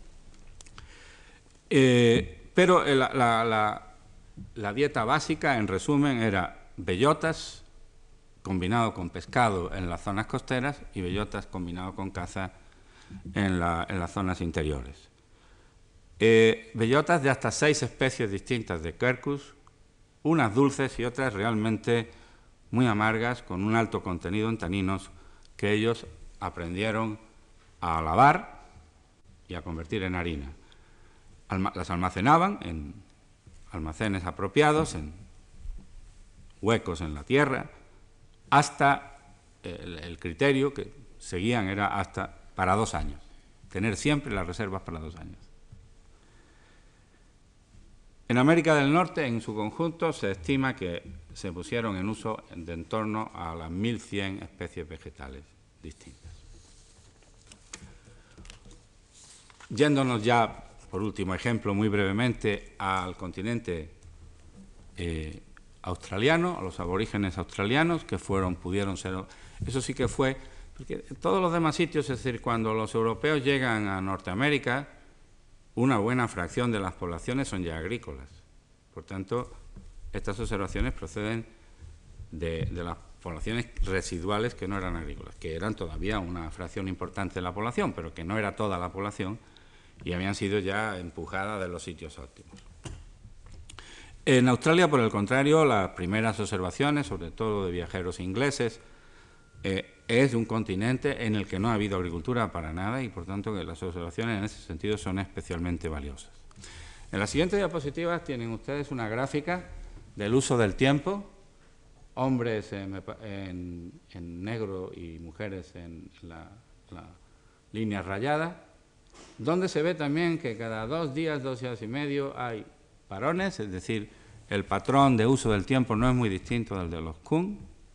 Speaker 2: Eh, pero la, la, la, la dieta básica, en resumen, era bellotas combinado con pescado en las zonas costeras y bellotas combinado con caza en, la, en las zonas interiores. Eh, bellotas de hasta seis especies distintas de quercus, unas dulces y otras realmente muy amargas, con un alto contenido en taninos que ellos aprendieron a lavar y a convertir en harina. Alma, las almacenaban en almacenes apropiados, en huecos en la tierra, hasta el, el criterio que seguían era hasta para dos años, tener siempre las reservas para dos años. En América del Norte, en su conjunto, se estima que se pusieron en uso de en torno a las mil cien especies vegetales distintas. Yéndonos ya, por último ejemplo, muy brevemente, al continente eh, australianos, a los aborígenes australianos, que fueron, pudieron ser, eso sí que fue, porque en todos los demás sitios, es decir, cuando los europeos llegan a Norteamérica, una buena fracción de las poblaciones son ya agrícolas. Por tanto, estas observaciones proceden de, de las poblaciones residuales que no eran agrícolas, que eran todavía una fracción importante de la población, pero que no era toda la población y habían sido ya empujadas de los sitios óptimos. En Australia, por el contrario, las primeras observaciones, sobre todo de viajeros ingleses, eh, es de un continente en el que no ha habido agricultura para nada y, por tanto, que las observaciones en ese sentido son especialmente valiosas. En las siguientes diapositivas tienen ustedes una gráfica del uso del tiempo, hombres en, en, en negro y mujeres en la, la línea rayada, donde se ve también que cada dos días, dos días y medio hay parones, es decir, el patrón de uso del tiempo no es muy distinto del de los Kun.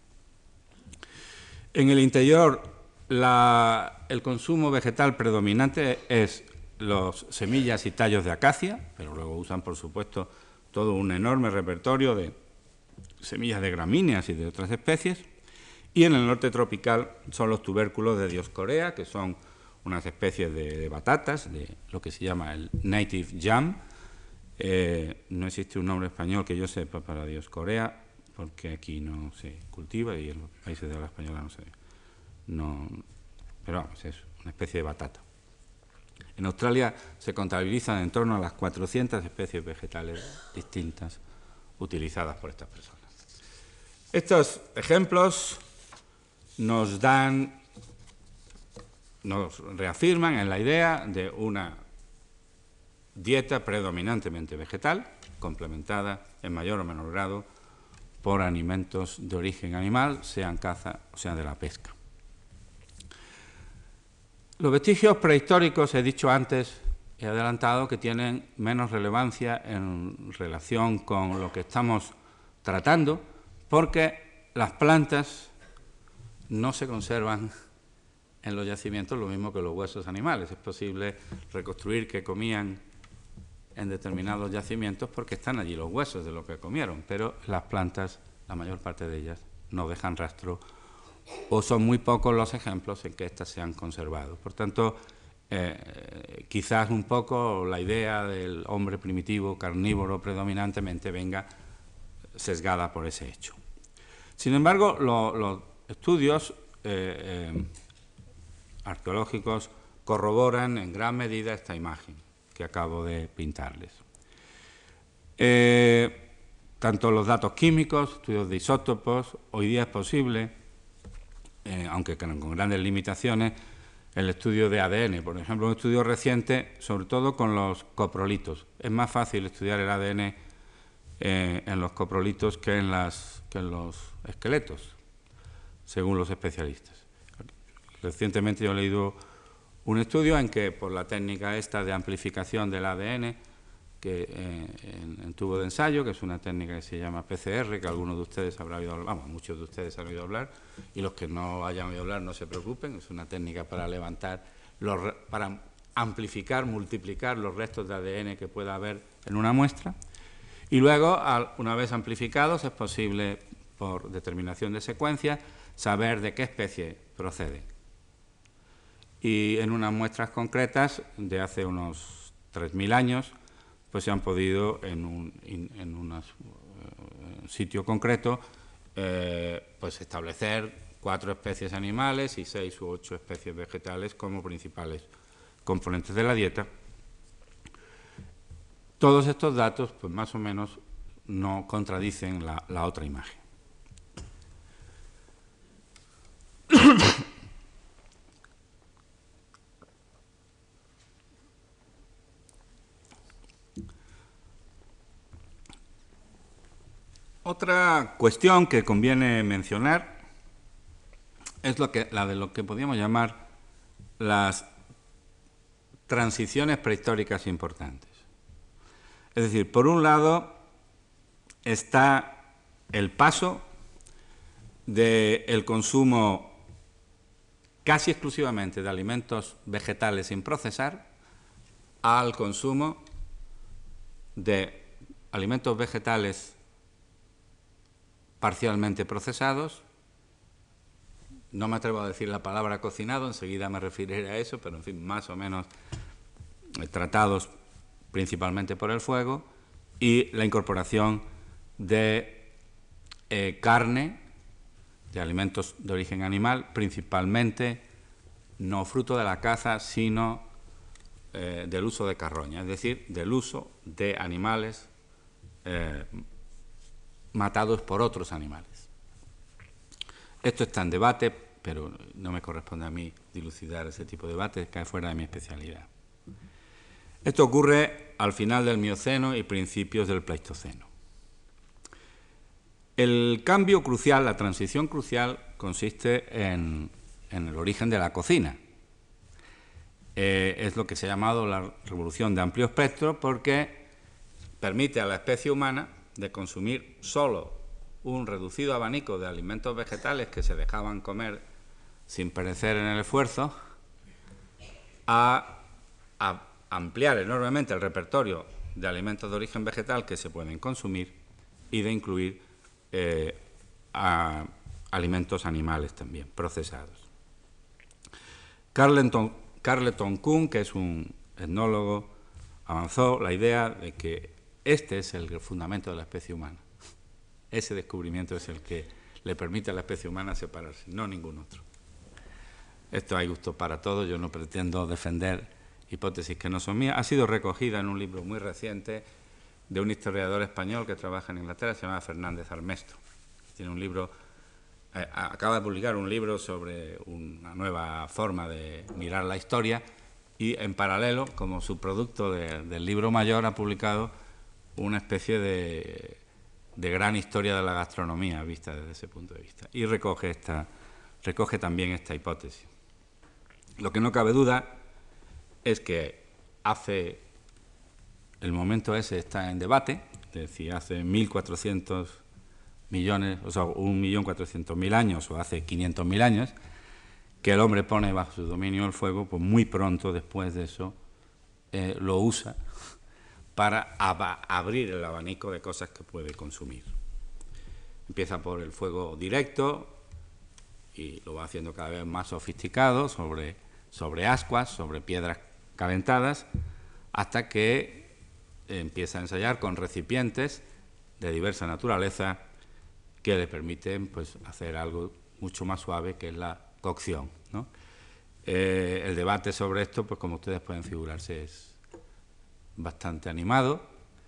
Speaker 2: En el interior, la, el consumo vegetal predominante es las semillas y tallos de acacia, pero luego usan, por supuesto, todo un enorme repertorio de semillas de gramíneas y de otras especies. Y en el norte tropical son los tubérculos de Dioscorea, que son unas especies de, de batatas, de lo que se llama el native yam. Eh, no existe un nombre español que yo sepa para Dioscorea, porque aquí no se cultiva y en los países de habla española no se... No, pero vamos, es una especie de batata. En Australia se contabilizan en torno a las cuatrocientas especies vegetales distintas utilizadas por estas personas. Estos ejemplos nos dan, nos reafirman en la idea de una dieta predominantemente vegetal, complementada en mayor o menor grado por alimentos de origen animal, sean caza o sean de la pesca. Los vestigios prehistóricos, he dicho antes, he adelantado que tienen menos relevancia en relación con lo que estamos tratando, porque las plantas no se conservan en los yacimientos lo mismo que los huesos animales. Es posible reconstruir qué comían en determinados yacimientos porque están allí los huesos de lo que comieron, pero las plantas, la mayor parte de ellas, no dejan rastro o son muy pocos los ejemplos en que éstas se han conservado. Por tanto, eh, quizás un poco la idea del hombre primitivo carnívoro predominantemente venga sesgada por ese hecho. Sin embargo, lo, los estudios eh, eh, arqueológicos corroboran en gran medida esta imagen que acabo de pintarles. Eh, tanto los datos químicos, estudios de isótopos, hoy día es posible, eh, aunque con, con grandes limitaciones, el estudio de A D N, por ejemplo, un estudio reciente, sobre todo con los coprolitos. Es más fácil estudiar el A D N eh, en los coprolitos que en, las, que en los esqueletos, según los especialistas. Recientemente yo he leído un estudio en que, por la técnica esta de amplificación del A D N, que eh, en, en tubo de ensayo, que es una técnica que se llama P C R, que algunos de ustedes habrán oído hablar, vamos, muchos de ustedes han oído hablar, y los que no hayan oído hablar no se preocupen, es una técnica para levantar, los, para amplificar, multiplicar los restos de A D N que pueda haber en una muestra, y luego, al, una vez amplificados, es posible, por determinación de secuencia, saber de qué especie proceden. Y en unas muestras concretas de hace unos tres mil años, pues se han podido en un en un uh, sitio concreto eh, pues establecer cuatro especies animales y seis u ocho especies vegetales como principales componentes de la dieta. Todos estos datos, pues más o menos, no contradicen la, la otra imagen. Otra cuestión que conviene mencionar es lo que, la de lo que podríamos llamar las transiciones prehistóricas importantes. Es decir, por un lado está el paso del consumo casi exclusivamente de alimentos vegetales sin procesar al consumo de alimentos vegetales parcialmente procesados. No me atrevo a decir la palabra cocinado, enseguida me referiré a eso, pero en fin, más o menos eh, tratados principalmente por el fuego, y la incorporación de eh, carne, de alimentos de origen animal, principalmente no fruto de la caza, sino eh, del uso de carroña, es decir, del uso de animales eh, matados por otros animales. Esto está en debate, pero no me corresponde a mí dilucidar ese tipo de debate, cae fuera de mi especialidad. Esto ocurre al final del Mioceno y principios del Pleistoceno. El cambio crucial, la transición crucial, consiste en, en el origen de la cocina. Eh, es lo que se ha llamado la revolución de amplio espectro, porque permite a la especie humana de consumir solo un reducido abanico de alimentos vegetales que se dejaban comer sin perecer en el esfuerzo, a, a ampliar enormemente el repertorio de alimentos de origen vegetal que se pueden consumir y de incluir eh, a alimentos animales también, procesados. Carleton, Carleton Coon, que es un etnólogo, avanzó la idea de que este es el fundamento de la especie humana. Ese descubrimiento es el que le permite a la especie humana separarse, no ningún otro. Esto hay gusto para todos, yo no pretendo defender hipótesis que no son mías. Ha sido recogida en un libro muy reciente de un historiador español que trabaja en Inglaterra, se llama Fernández Armesto. Tiene un libro, eh, acaba de publicar un libro sobre una nueva forma de mirar la historia y en paralelo, como subproducto de, del libro mayor, ha publicado una especie de, de gran historia de la gastronomía vista desde ese punto de vista. Y recoge, esta, recoge también esta hipótesis. Lo que no cabe duda es que hace, el momento ese está en debate, es decir, hace mil cuatrocientos millones, o sea, un millón cuatrocientos mil años, o hace quinientos mil años, que el hombre pone bajo su dominio el fuego, pues muy pronto después de eso eh, lo usa para ab- abrir el abanico de cosas que puede consumir. Empieza por el fuego directo y lo va haciendo cada vez más sofisticado sobre, sobre ascuas, sobre piedras calentadas, hasta que empieza a ensayar con recipientes de diversa naturaleza que le permiten pues, hacer algo mucho más suave, que es la cocción, ¿no? Eh, el debate sobre esto, pues como ustedes pueden figurarse, es bastante animado,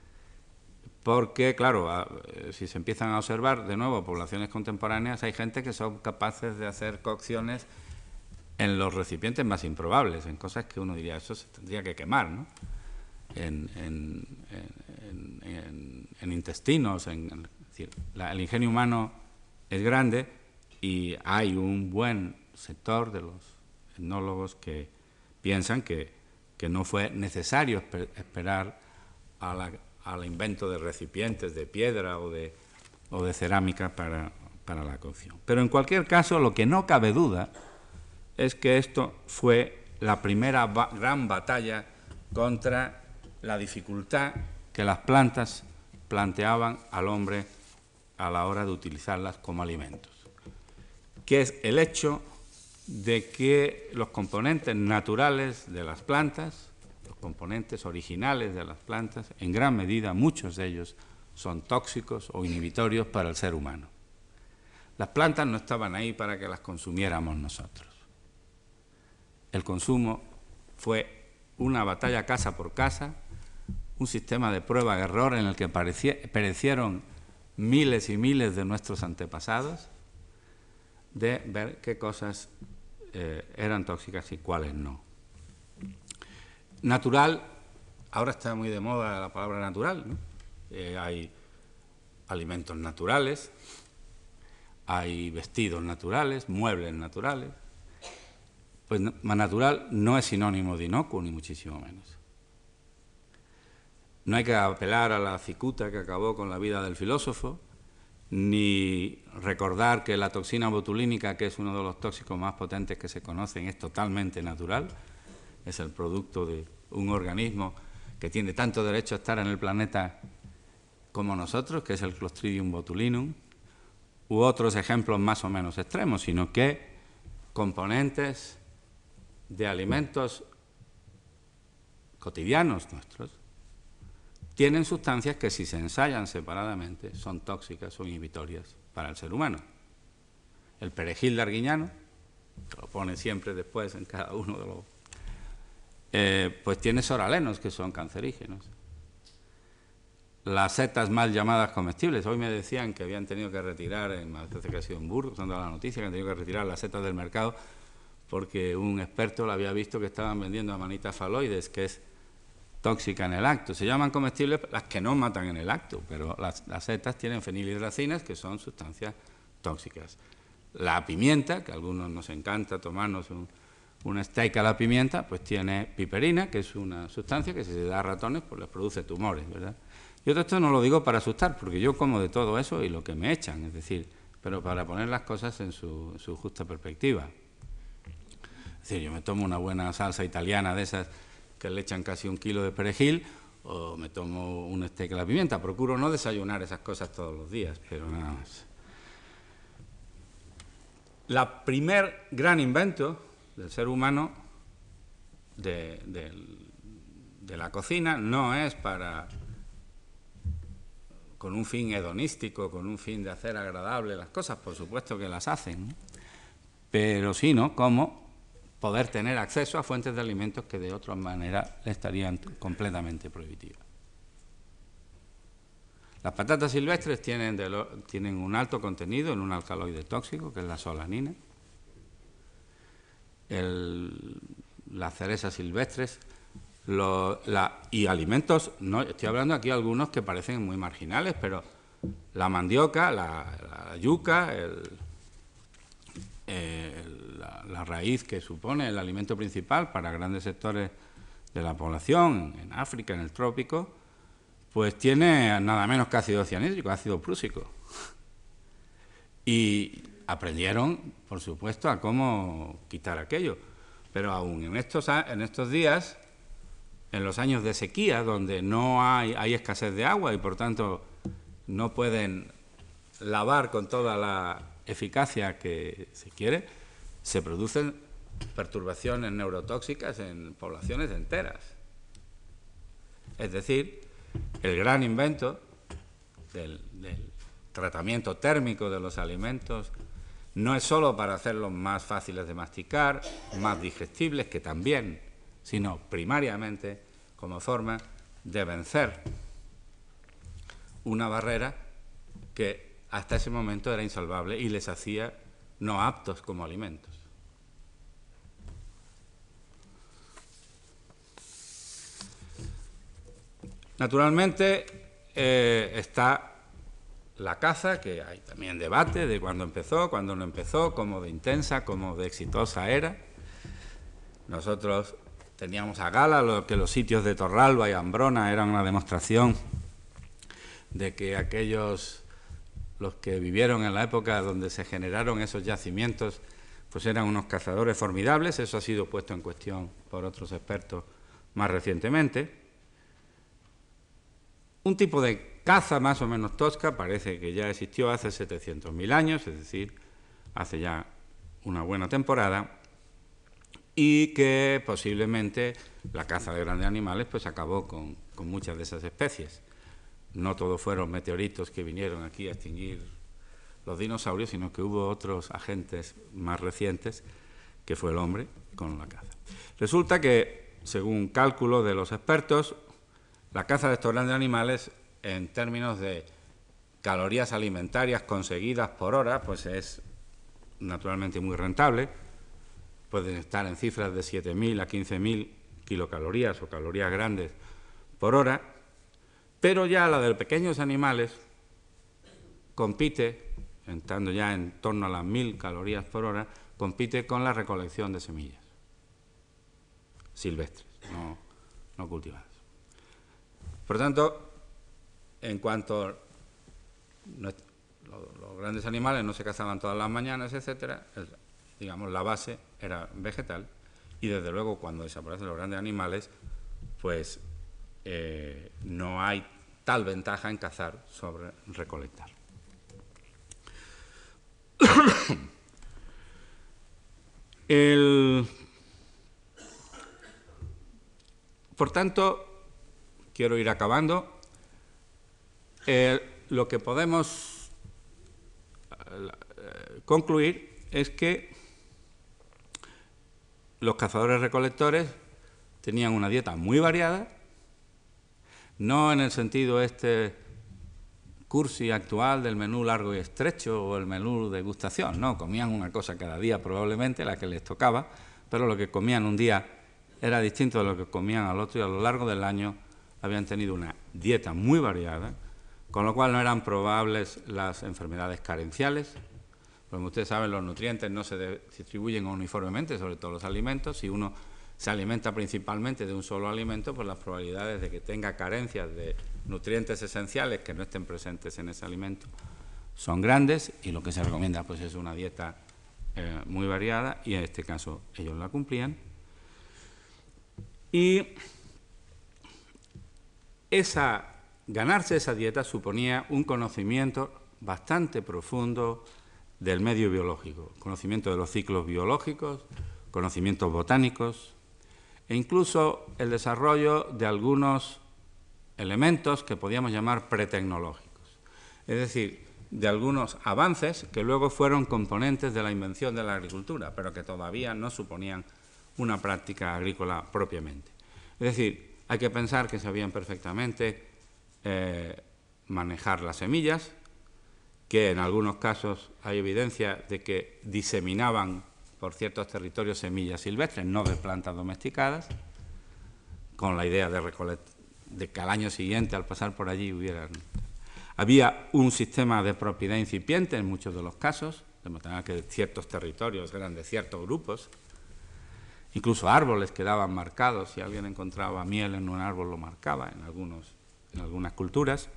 Speaker 2: porque, claro, a, eh, si se empiezan a observar de nuevo poblaciones contemporáneas, hay gente que son capaces de hacer cocciones en los recipientes más improbables, en cosas que uno diría, eso se tendría que quemar, ¿no? En, en, en, en, en intestinos, en, en, es decir, la, el ingenio humano es grande y hay un buen sector de los etnólogos que piensan que, que no fue necesario esper, esperar a la, al invento de recipientes de piedra o de, o de cerámica para, para la cocción. Pero en cualquier caso, lo que no cabe duda es que esto fue la primera ba- gran batalla contra la dificultad que las plantas planteaban al hombre a la hora de utilizarlas como alimentos, que es el hecho de que los componentes naturales de las plantas, los componentes originales de las plantas, en gran medida, muchos de ellos, son tóxicos o inhibitorios para el ser humano. Las plantas no estaban ahí para que las consumiéramos nosotros. El consumo fue una batalla casa por casa, un sistema de prueba y error en el que perecieron miles y miles de nuestros antepasados, de ver qué cosas eh, eran tóxicas y cuáles no. Natural, ahora está muy de moda la palabra natural, ¿no? Eh, hay alimentos naturales, hay vestidos naturales, muebles naturales. Pues más natural no es sinónimo de inocuo, ni muchísimo menos. No hay que apelar a la cicuta que acabó con la vida del filósofo, ni recordar que la toxina botulínica, que es uno de los tóxicos más potentes que se conocen, es totalmente natural, es el producto de un organismo que tiene tanto derecho a estar en el planeta como nosotros, que es el Clostridium botulinum, u otros ejemplos más o menos extremos, sino que componentes de alimentos cotidianos nuestros tienen sustancias que, si se ensayan separadamente, son tóxicas o inhibitorias para el ser humano. El perejil de Arguiñano, que lo pone siempre después en cada uno de los... Eh, pues tiene soralenos que son cancerígenos. Las setas mal llamadas comestibles. Hoy me decían que habían tenido que retirar, en, me parece que ha sido en Burgos, dando la noticia, que han tenido que retirar las setas del mercado porque un experto le había visto que estaban vendiendo amanita faloides, que es tóxica en el acto. Se llaman comestibles las que no matan en el acto, pero las, las setas tienen fenilhidracinas, que son sustancias tóxicas. La pimienta, que a algunos nos encanta tomarnos un, un steak a la pimienta, pues tiene piperina, que es una sustancia que si se da a ratones, pues les produce tumores, ¿verdad? Yo todo esto no lo digo para asustar, porque yo como de todo eso y lo que me echan, es decir, pero para poner las cosas en su, en su justa perspectiva. Es decir, yo me tomo una buena salsa italiana de esas que le echan casi un kilo de perejil, o me tomo un steak a la pimienta. Procuro no desayunar esas cosas todos los días, pero nada más. La primer gran invento del ser humano de, de, de la cocina no es para, con un fin hedonístico, con un fin de hacer agradable las cosas, por supuesto que las hacen, ¿no? Pero sí, ¿no? Como poder tener acceso a fuentes de alimentos que de otra manera le estarían completamente prohibitivas. Las patatas silvestres tienen, de lo, tienen un alto contenido en un alcaloide tóxico, que es la solanina. El, las cerezas silvestres lo, la, y alimentos, no, estoy hablando aquí de algunos que parecen muy marginales, pero la mandioca, la, la yuca, el, el, la, la raíz que supone el alimento principal para grandes sectores de la población, en África, en el trópico, pues tiene nada menos que ácido cianhídrico, ácido prúsico. Y aprendieron, por supuesto, a cómo quitar aquello. Pero aún en estos, en estos días, en los años de sequía, donde no hay, hay escasez de agua y, por tanto, no pueden lavar con toda la eficacia que se quiere, se producen perturbaciones neurotóxicas en poblaciones enteras. Es decir, el gran invento del, del tratamiento térmico de los alimentos no es solo para hacerlos más fáciles de masticar, más digestibles, que también, sino primariamente como forma de vencer una barrera que hasta ese momento era insalvable y les hacía no aptos como alimentos. Naturalmente eh, está la caza, que hay también debate de cuándo empezó, cuándo no empezó, cómo de intensa, cómo de exitosa era. Nosotros teníamos a gala lo que los sitios de Torralba y Ambrona eran una demostración de que aquellos, los que vivieron en la época donde se generaron esos yacimientos, pues eran unos cazadores formidables. Eso ha sido puesto en cuestión por otros expertos más recientemente. Un tipo de caza más o menos tosca parece que ya existió hace setecientos mil años, es decir, hace ya una buena temporada, y que posiblemente la caza de grandes animales pues acabó con, con muchas de esas especies. No todos fueron meteoritos que vinieron aquí a extinguir los dinosaurios, sino que hubo otros agentes más recientes, que fue el hombre con la caza. Resulta que, según cálculo de los expertos, la caza de estos grandes animales, en términos de calorías alimentarias conseguidas por hora, pues es naturalmente muy rentable. Pueden estar en cifras de siete mil a quince mil kilocalorías o calorías grandes por hora, pero ya la de pequeños animales compite, entrando ya en torno a las mil calorías por hora, compite con la recolección de semillas silvestres, no, no cultivadas. Por tanto, en cuanto no, los, los grandes animales no se cazaban todas las mañanas, etcétera, el, digamos, la base era vegetal, y desde luego cuando desaparecen los grandes animales, pues eh, no hay tal ventaja en cazar sobre recolectar. El, por tanto, quiero ir acabando. Eh, lo que podemos eh, concluir es que los cazadores-recolectores tenían una dieta muy variada, no en el sentido este cursi actual del menú largo y estrecho o el menú degustación, no, comían una cosa cada día probablemente, la que les tocaba, pero lo que comían un día era distinto de lo que comían al otro y a lo largo del año habían tenido una dieta muy variada, con lo cual no eran probables las enfermedades carenciales. Como ustedes saben, los nutrientes no se distribuyen uniformemente, sobre todo los alimentos. Si uno se alimenta principalmente de un solo alimento, pues las probabilidades de que tenga carencias de nutrientes esenciales que no estén presentes en ese alimento son grandes, y lo que se recomienda pues es una dieta eh, muy variada, y en este caso ellos la cumplían. Y esa, ganarse esa dieta suponía un conocimiento bastante profundo del medio biológico, conocimiento de los ciclos biológicos, conocimientos botánicos e incluso el desarrollo de algunos elementos que podíamos llamar pretecnológicos, es decir, de algunos avances que luego fueron componentes de la invención de la agricultura, pero que todavía no suponían una práctica agrícola propiamente. Es decir, hay que pensar que sabían perfectamente eh, manejar las semillas, que en algunos casos hay evidencia de que diseminaban por ciertos territorios semillas silvestres, no de plantas domesticadas, con la idea de, de que al año siguiente, al pasar por allí, hubieran... Había un sistema de propiedad incipiente en muchos de los casos, de manera que ciertos territorios eran de ciertos grupos, incluso árboles quedaban marcados, si alguien encontraba miel en un árbol lo marcaba en, algunos, en algunas culturas.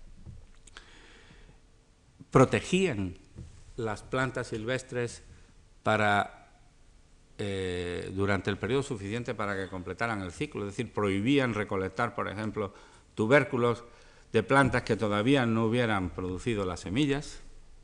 Speaker 2: Protegían las plantas silvestres para, eh, durante el periodo suficiente para que completaran el ciclo, es decir, prohibían recolectar, por ejemplo, tubérculos de plantas que todavía no hubieran producido las semillas.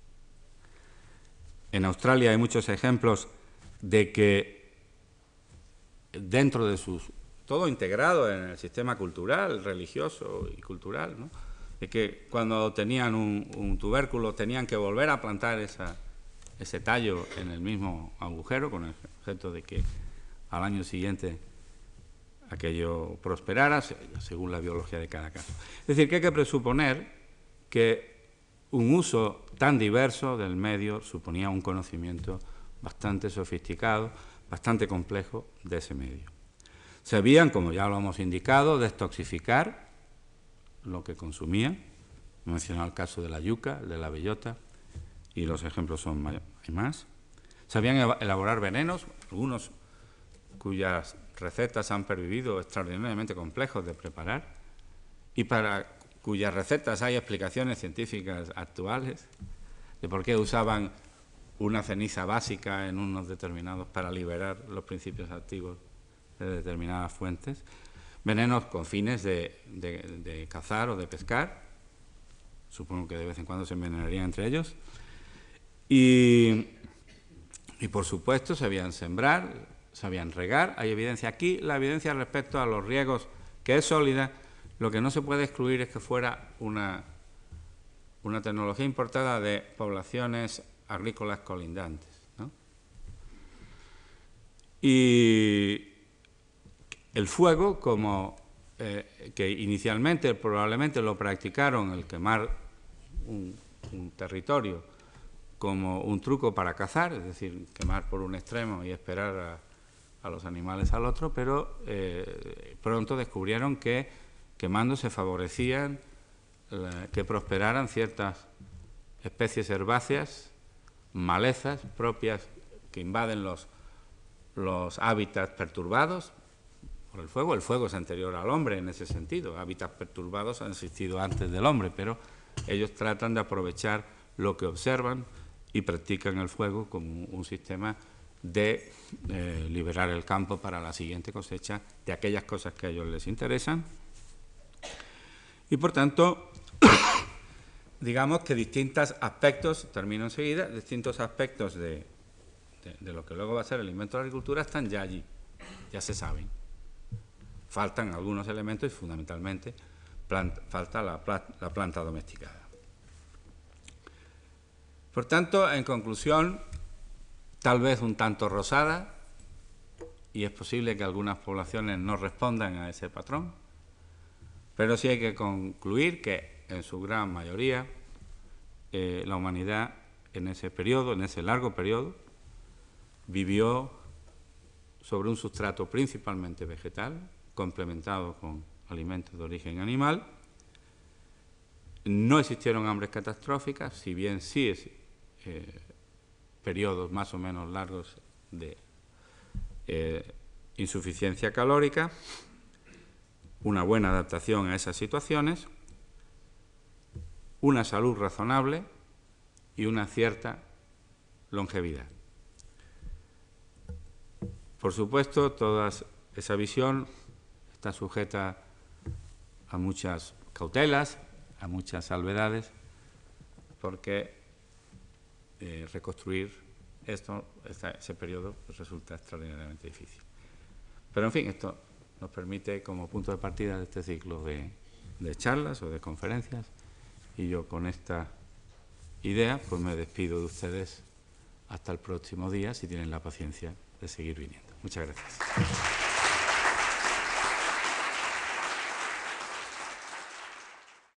Speaker 2: En Australia hay muchos ejemplos de que dentro de sus... todo integrado en el sistema cultural, religioso y cultural, ¿no?, de que cuando tenían un, un tubérculo tenían que volver a plantar esa, ese tallo en el mismo agujero, con el objeto de que al año siguiente aquello prosperara, según la biología de cada caso. Es decir, que hay que presuponer que un uso tan diverso del medio suponía un conocimiento bastante sofisticado, bastante complejo de ese medio. Sabían, como ya lo hemos indicado, destoxificar lo que consumían. He mencionado el caso de la yuca, de la bellota, y los ejemplos son hay más. Sabían elaborar venenos, algunos cuyas recetas han pervivido extraordinariamente complejos de preparar, y para cuyas recetas hay explicaciones científicas actuales de por qué usaban una ceniza básica en unos determinados para liberar los principios activos de determinadas fuentes. Venenos con fines de, de, de cazar o de pescar, supongo que de vez en cuando se envenenarían entre ellos, y, y por supuesto sabían sembrar, sabían regar. Hay evidencia aquí, la evidencia respecto a los riegos, que es sólida. Lo que no se puede excluir es que fuera una, una tecnología importada de poblaciones agrícolas colindantes, ¿no? Y el fuego, como eh, que inicialmente probablemente lo practicaron, el quemar un, un territorio como un truco para cazar, es decir, quemar por un extremo y esperar a, a los animales al otro, pero eh, pronto descubrieron que quemando se favorecían la, que prosperaran ciertas especies herbáceas, malezas propias que invaden los, los hábitats perturbados por el fuego. El fuego es anterior al hombre en ese sentido. Hábitats perturbados han existido antes del hombre, pero ellos tratan de aprovechar lo que observan y practican el fuego como un sistema de eh, liberar el campo para la siguiente cosecha de aquellas cosas que a ellos les interesan. Y por tanto, digamos que distintos aspectos, termino enseguida, distintos aspectos de, de, de lo que luego va a ser el invento de la agricultura están ya allí, ya se saben. Faltan algunos elementos y fundamentalmente planta, falta la, la planta domesticada. Por tanto, en conclusión, tal vez un tanto rosada, y es posible que algunas poblaciones no respondan a ese patrón, pero sí hay que concluir que en su gran mayoría eh, la humanidad en ese periodo, en ese largo periodo, vivió sobre un sustrato principalmente vegetal, complementado con alimentos de origen animal. No existieron hambres catastróficas, si bien sí es, eh, periodos más o menos largos de eh, insuficiencia calórica, una buena adaptación a esas situaciones, una salud razonable y una cierta longevidad. Por supuesto, toda esa visión está sujeta a muchas cautelas, a muchas salvedades, porque eh, reconstruir esto, esta, ese periodo pues, resulta extraordinariamente difícil. Pero, en fin, esto nos permite como punto de partida de este ciclo de, de charlas o de conferencias, y yo con esta idea pues me despido de ustedes hasta el próximo día, si tienen la paciencia de seguir viniendo. Muchas gracias.